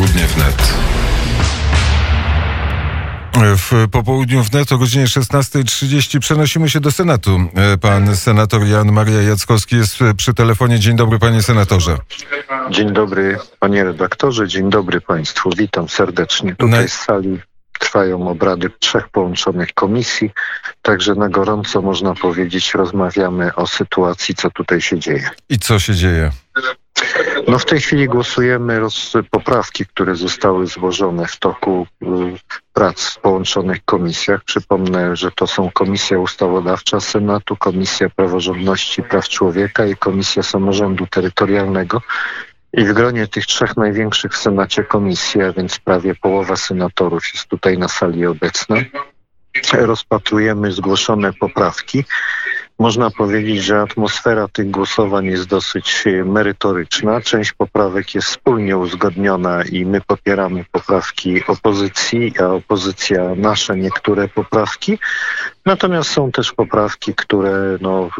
Popołudnie wnet. W Popołudniu wnet o godzinie 16:30 przenosimy się do Senatu. Pan senator Jan Maria Jackowski jest przy telefonie. Dzień dobry, panie senatorze. Dzień dobry, panie redaktorze. Dzień dobry państwu. Witam serdecznie. Tutaj z sali trwają obrady 3 połączonych komisji. Także na gorąco, można powiedzieć, rozmawiamy o sytuacji, co tutaj się dzieje. I co się dzieje? No w tej chwili głosujemy poprawki, które zostały złożone w toku prac w połączonych komisjach. Przypomnę, że to są Komisja Ustawodawcza Senatu, Komisja Praworządności i Praw Człowieka i Komisja Samorządu Terytorialnego. I w gronie tych 3 największych w Senacie komisji, a więc prawie połowa senatorów jest tutaj na sali obecna, rozpatrujemy zgłoszone poprawki. Można powiedzieć, że atmosfera tych głosowań jest dosyć merytoryczna. Część poprawek jest wspólnie uzgodniona i my popieramy poprawki opozycji, a opozycja nasze niektóre poprawki. Natomiast są też poprawki, które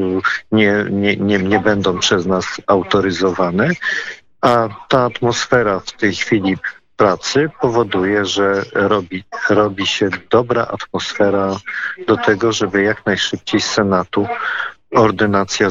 nie będą przez nas autoryzowane. A ta atmosfera w tej chwili pracy powoduje, że robi się dobra atmosfera do tego, żeby jak najszybciej z Senatu ordynacja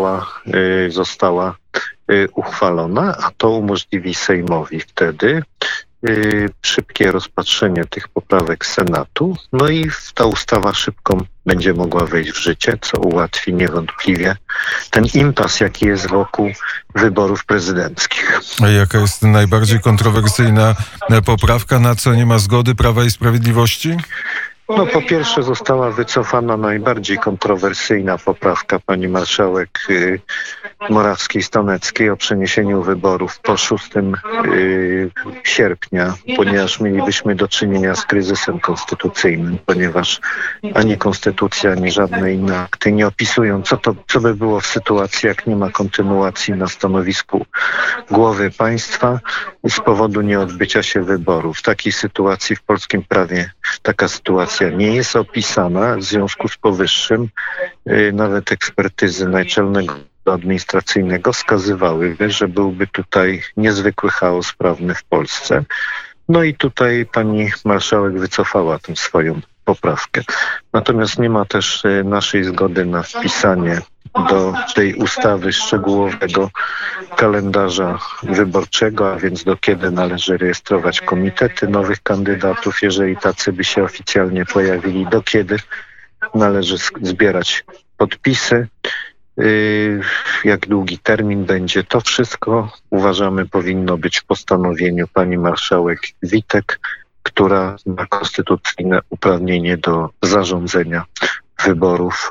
została uchwalona, a to umożliwi Sejmowi wtedy szybkie rozpatrzenie tych poprawek Senatu, no i ta ustawa szybko będzie mogła wejść w życie, co ułatwi niewątpliwie ten impas, jaki jest wokół wyborów prezydenckich. A jaka jest najbardziej kontrowersyjna poprawka, na co nie ma zgody Prawa i Sprawiedliwości? No po pierwsze została wycofana najbardziej kontrowersyjna poprawka pani marszałek Morawskiej-Staneckiej o przeniesieniu wyborów po 6 sierpnia, ponieważ mielibyśmy do czynienia z kryzysem konstytucyjnym, ponieważ ani konstytucja, ani żadne inne akty nie opisują, co by było w sytuacji, jak nie ma kontynuacji na stanowisku głowy państwa z powodu nieodbycia się wyborów. W takiej sytuacji w polskim prawie taka sytuacja nie jest opisana. W związku z powyższym nawet ekspertyzy Naczelnego Administracyjnego wskazywałyby, że byłby tutaj niezwykły chaos prawny w Polsce. No i tutaj pani marszałek wycofała tę swoją poprawkę. Natomiast nie ma też naszej zgody na wpisanie do tej ustawy szczegółowego kalendarza wyborczego, a więc do kiedy należy rejestrować komitety nowych kandydatów, jeżeli tacy by się oficjalnie pojawili, do kiedy należy zbierać podpisy, jak długi termin będzie. To wszystko, uważamy, powinno być w postanowieniu pani marszałek Witek, która ma konstytucyjne uprawnienie do zarządzenia wyborów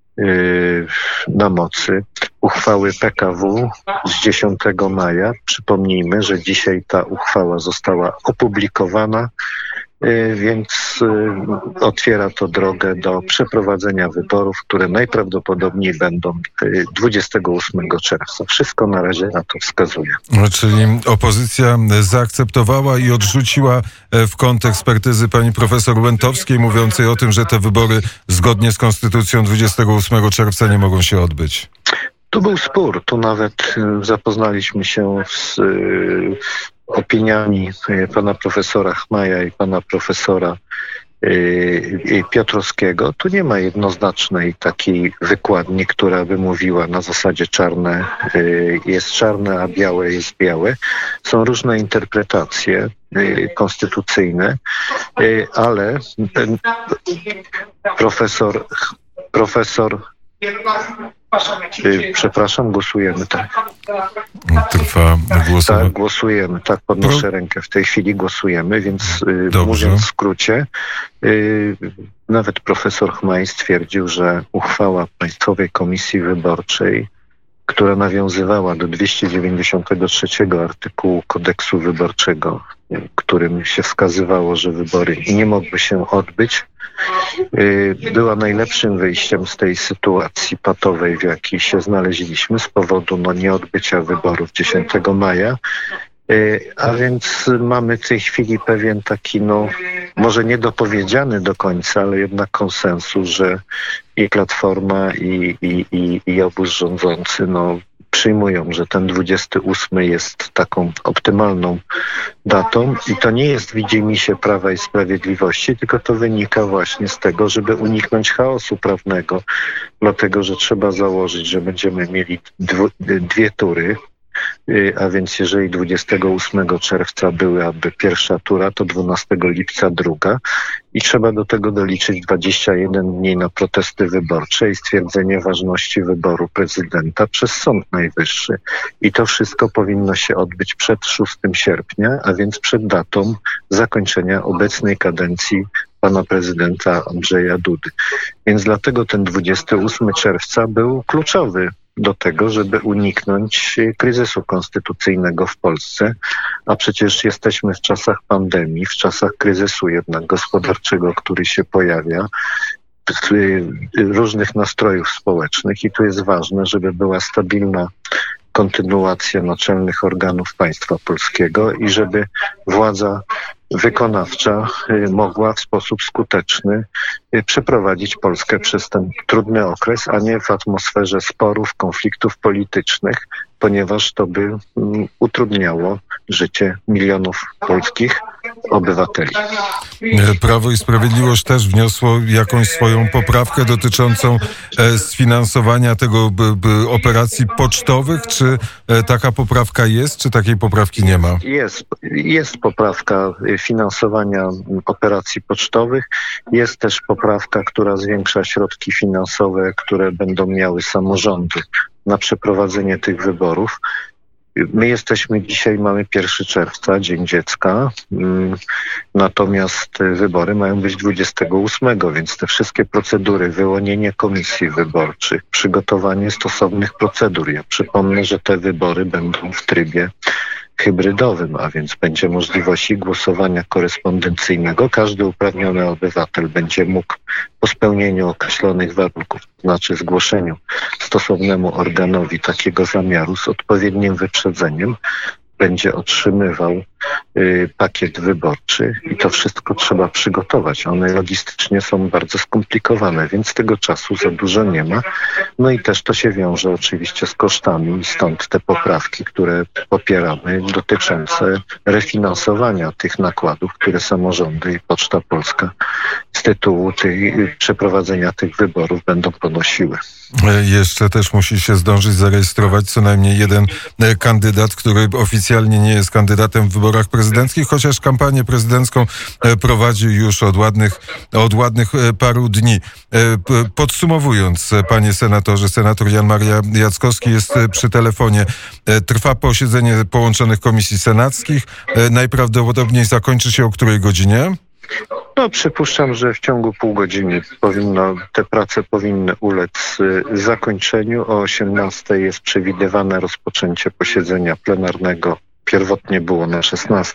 na mocy uchwały PKW z 10 maja. Przypomnijmy, że dzisiaj ta uchwała została opublikowana, więc otwiera to drogę do przeprowadzenia wyborów, które najprawdopodobniej będą 28 czerwca. Wszystko na razie na to wskazuje. Czyli opozycja zaakceptowała i odrzuciła w kąt ekspertyzy pani profesor Łętowskiej, mówiącej o tym, że te wybory zgodnie z konstytucją 28 czerwca nie mogą się odbyć. Tu był spór. Tu nawet zapoznaliśmy się z opiniami pana profesora Chmaja i pana profesora Piotrowskiego. Tu nie ma jednoznacznej takiej wykładni, która by mówiła na zasadzie czarne jest czarne, a białe jest białe. Są różne interpretacje konstytucyjne, ale profesor przepraszam, głosujemy, tak. Trwa głosowanie. Tak, głosujemy, tak, podnoszę rękę. W tej chwili głosujemy, więc mówiąc w skrócie, nawet profesor Chmaj stwierdził, że uchwała Państwowej Komisji Wyborczej, która nawiązywała do 293 artykułu Kodeksu Wyborczego, którym się wskazywało, że wybory nie mogły się odbyć, była najlepszym wyjściem z tej sytuacji patowej, w jakiej się znaleźliśmy z powodu nieodbycia wyborów 10 maja. A więc mamy w tej chwili pewien taki, może niedopowiedziany do końca, ale jednak konsensus, że i Platforma, i obóz rządzący przyjmują, że ten 28 jest taką optymalną datą i to nie jest widzimisię Prawa i Sprawiedliwości, tylko to wynika właśnie z tego, żeby uniknąć chaosu prawnego, dlatego że trzeba założyć, że będziemy mieli dwie tury. A więc jeżeli 28 czerwca byłaby pierwsza tura, to 12 lipca druga i trzeba do tego doliczyć 21 dni na protesty wyborcze i stwierdzenie ważności wyboru prezydenta przez Sąd Najwyższy. I to wszystko powinno się odbyć przed 6 sierpnia, a więc przed datą zakończenia obecnej kadencji pana prezydenta Andrzeja Dudy. Więc dlatego ten 28 czerwca był kluczowy do tego, żeby uniknąć kryzysu konstytucyjnego w Polsce, a przecież jesteśmy w czasach pandemii, w czasach kryzysu jednak gospodarczego, który się pojawia, różnych nastrojów społecznych i tu jest ważne, żeby była stabilna kontynuacja naczelnych organów państwa polskiego i żeby władza wykonawcza mogła w sposób skuteczny przeprowadzić Polskę przez ten trudny okres, a nie w atmosferze sporów, konfliktów politycznych, ponieważ to by utrudniało życie milionów polskich obywateli. Prawo i Sprawiedliwość też wniosło jakąś swoją poprawkę dotyczącą sfinansowania tego operacji pocztowych. Czy taka poprawka jest, czy takiej poprawki nie ma? Jest poprawka finansowania operacji pocztowych. Jest też poprawka, która zwiększa środki finansowe, które będą miały samorządy na przeprowadzenie tych wyborów. My mamy 1 czerwca, Dzień Dziecka, natomiast wybory mają być 28, więc te wszystkie procedury, wyłonienie komisji wyborczych, przygotowanie stosownych procedur. Ja przypomnę, że te wybory będą w trybie hybrydowym, a więc będzie możliwość głosowania korespondencyjnego. Każdy uprawniony obywatel będzie mógł po spełnieniu określonych warunków, to znaczy zgłoszeniu stosownemu organowi takiego zamiaru z odpowiednim wyprzedzeniem, będzie otrzymywał pakiet wyborczy i to wszystko trzeba przygotować. One logistycznie są bardzo skomplikowane, więc tego czasu za dużo nie ma. No i też to się wiąże oczywiście z kosztami i stąd te poprawki, które popieramy, dotyczące refinansowania tych nakładów, które samorządy i Poczta Polska z tytułu przeprowadzenia tych wyborów będą ponosiły. Jeszcze też musi się zdążyć zarejestrować co najmniej jeden kandydat, który oficjalnie nie jest kandydatem w wyborach prezydenckich, chociaż kampanię prezydencką prowadzi już od ładnych paru dni. Podsumowując, panie senatorze, senator Jan Maria Jackowski jest przy telefonie. Trwa posiedzenie połączonych komisji senackich. Najprawdopodobniej zakończy się o której godzinie? No, przypuszczam, że w ciągu pół godziny te prace powinny ulec zakończeniu. O 18 jest przewidywane rozpoczęcie posiedzenia plenarnego. Pierwotnie było na 16.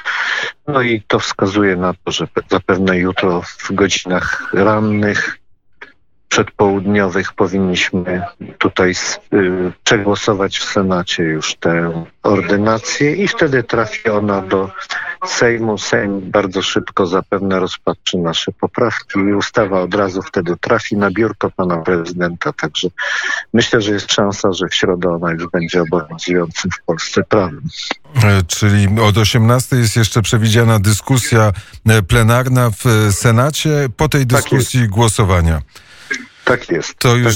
No i to wskazuje na to, że zapewne jutro w godzinach rannych, przedpołudniowych powinniśmy tutaj przegłosować w Senacie już tę ordynację i wtedy trafi ona do Sejmu. Sejm bardzo szybko zapewne rozpatrzy nasze poprawki i ustawa od razu wtedy trafi na biurko pana prezydenta. Także myślę, że jest szansa, że w środę ona już będzie obowiązującym w Polsce prawem. Czyli od 18 jest jeszcze przewidziana dyskusja plenarna w Senacie, po tej dyskusji głosowania. Tak jest. To już...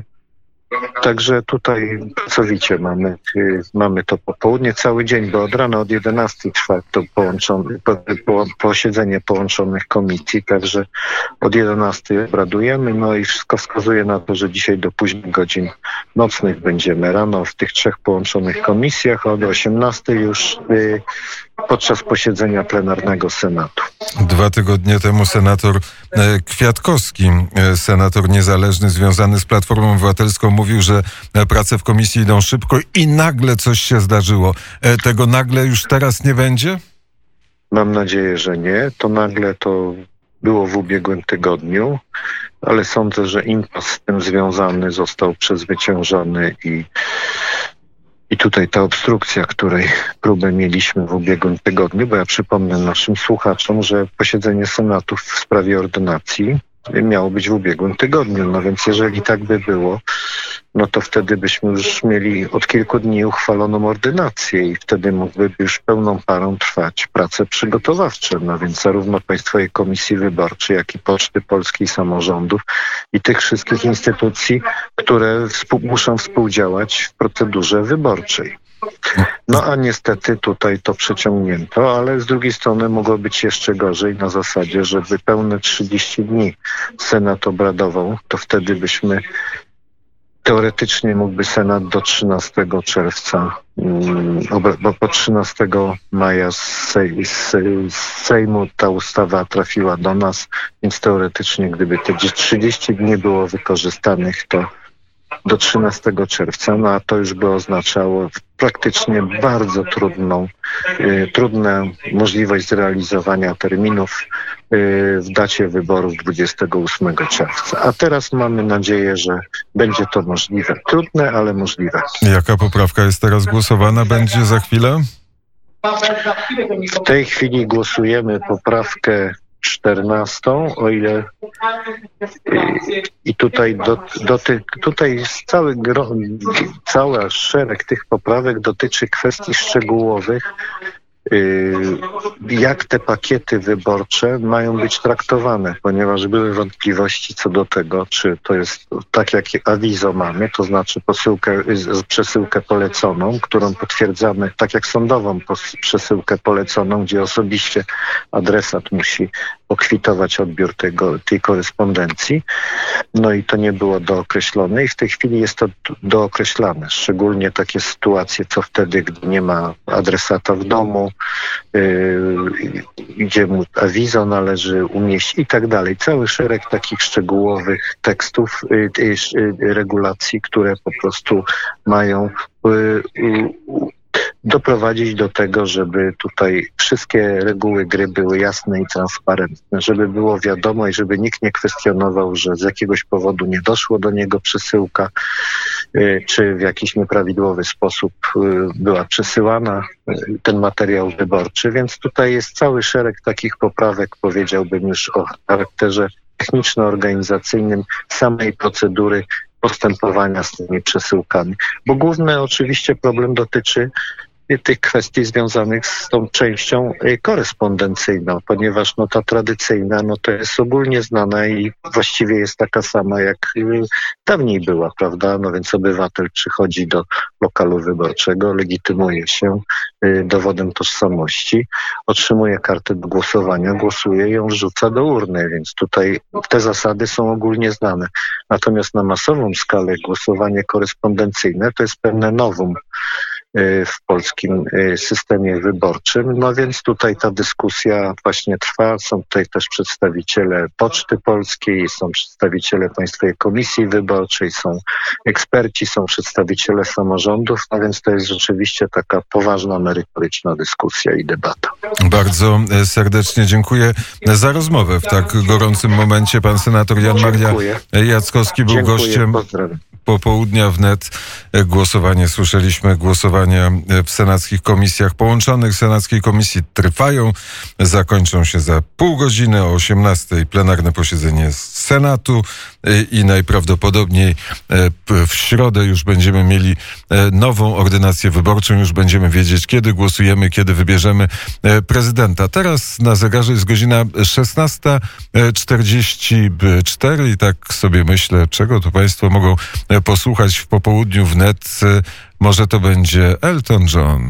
Także tutaj pracowicie mamy to popołudnie, cały dzień, bo od rana od 11 trwa to posiedzenie połączonych komisji, także od 11 obradujemy, no i wszystko wskazuje na to, że dzisiaj do późnych godzin nocnych będziemy rano w tych 3 połączonych komisjach, a od 18 już podczas posiedzenia plenarnego Senatu. 2 tygodnie temu senator Kwiatkowski, senator niezależny związany z Platformą Obywatelską, mówił, że prace w komisji idą szybko i nagle coś się zdarzyło. Tego nagle już teraz nie będzie? Mam nadzieję, że nie. To nagle to było w ubiegłym tygodniu, ale sądzę, że impas z tym związany został przezwyciężony i tutaj ta obstrukcja, której próbę mieliśmy w ubiegłym tygodniu, bo ja przypomnę naszym słuchaczom, że posiedzenie Senatu w sprawie ordynacji miało być w ubiegłym tygodniu. No więc jeżeli tak by było, no to wtedy byśmy już mieli od kilku dni uchwaloną ordynację i wtedy mógłby już pełną parą trwać prace przygotowawcze. No więc zarówno Państwowej Komisji Wyborczej, jak i Poczty Polskiej, samorządów i tych wszystkich instytucji, które muszą współdziałać w procedurze wyborczej. No a niestety tutaj to przeciągnięto, ale z drugiej strony mogło być jeszcze gorzej na zasadzie, żeby pełne 30 dni Senat obradował, to wtedy byśmy teoretycznie mógłby Senat do 13 czerwca, bo po 13 maja z Sejmu ta ustawa trafiła do nas, więc teoretycznie gdyby te 30 dni było wykorzystanych, to do 13 czerwca, no a to już by oznaczało praktycznie bardzo trudną możliwość zrealizowania terminów w dacie wyborów 28 czerwca. A teraz mamy nadzieję, że będzie to możliwe. Trudne, ale możliwe. Jaka poprawka jest teraz głosowana? Będzie za chwilę? W tej chwili głosujemy poprawkę 14, o ile i tutaj tutaj jest cały szereg tych poprawek dotyczy kwestii szczegółowych, jak te pakiety wyborcze mają być traktowane, ponieważ były wątpliwości co do tego, czy to jest tak jak awizo mamy, to znaczy przesyłkę poleconą, którą potwierdzamy, tak jak sądową przesyłkę poleconą, gdzie osobiście adresat musi pokwitować odbiór tej korespondencji. No i to nie było dookreślone i w tej chwili jest to dookreślane. Szczególnie takie sytuacje, co wtedy, gdy nie ma adresata w domu, gdzie mu awizo należy umieścić i tak dalej. Cały szereg takich szczegółowych tekstów, regulacji, które po prostu mają doprowadzić do tego, żeby tutaj wszystkie reguły gry były jasne i transparentne, żeby było wiadomo i żeby nikt nie kwestionował, że z jakiegoś powodu nie doszło do niego przesyłka, czy w jakiś nieprawidłowy sposób była przesyłana ten materiał wyborczy, więc tutaj jest cały szereg takich poprawek, powiedziałbym już o charakterze techniczno-organizacyjnym samej procedury postępowania z tymi przesyłkami. Bo główny oczywiście problem dotyczy tych kwestii związanych z tą częścią korespondencyjną, ponieważ ta tradycyjna, to jest ogólnie znana i właściwie jest taka sama, jak dawniej była, prawda? No więc obywatel przychodzi do lokalu wyborczego, legitymuje się dowodem tożsamości, otrzymuje kartę do głosowania, głosuje i ją wrzuca do urny, więc tutaj te zasady są ogólnie znane. Natomiast na masową skalę głosowanie korespondencyjne to jest pewne novum w polskim systemie wyborczym. No więc tutaj ta dyskusja właśnie trwa. Są tutaj też przedstawiciele Poczty Polskiej, są przedstawiciele Państwowej Komisji Wyborczej, są eksperci, są przedstawiciele samorządów, no więc to jest rzeczywiście taka poważna, merytoryczna dyskusja i debata. Bardzo serdecznie dziękuję za rozmowę w tak gorącym momencie. Pan senator Jan Maria Jackowski był gościem popołudnia wnet. Głosowanie, słyszeliśmy, głosowania w senackich komisjach, połączonych senackiej komisji trwają, zakończą się za pół godziny o 18:00 plenarne posiedzenie Senatu i najprawdopodobniej w środę już będziemy mieli nową ordynację wyborczą, już będziemy wiedzieć, kiedy głosujemy, kiedy wybierzemy prezydenta. Teraz na zegarze jest godzina 16:44 i tak sobie myślę, czego tu Państwo mogą posłuchać w popołudniu wnet. Może to będzie Elton John.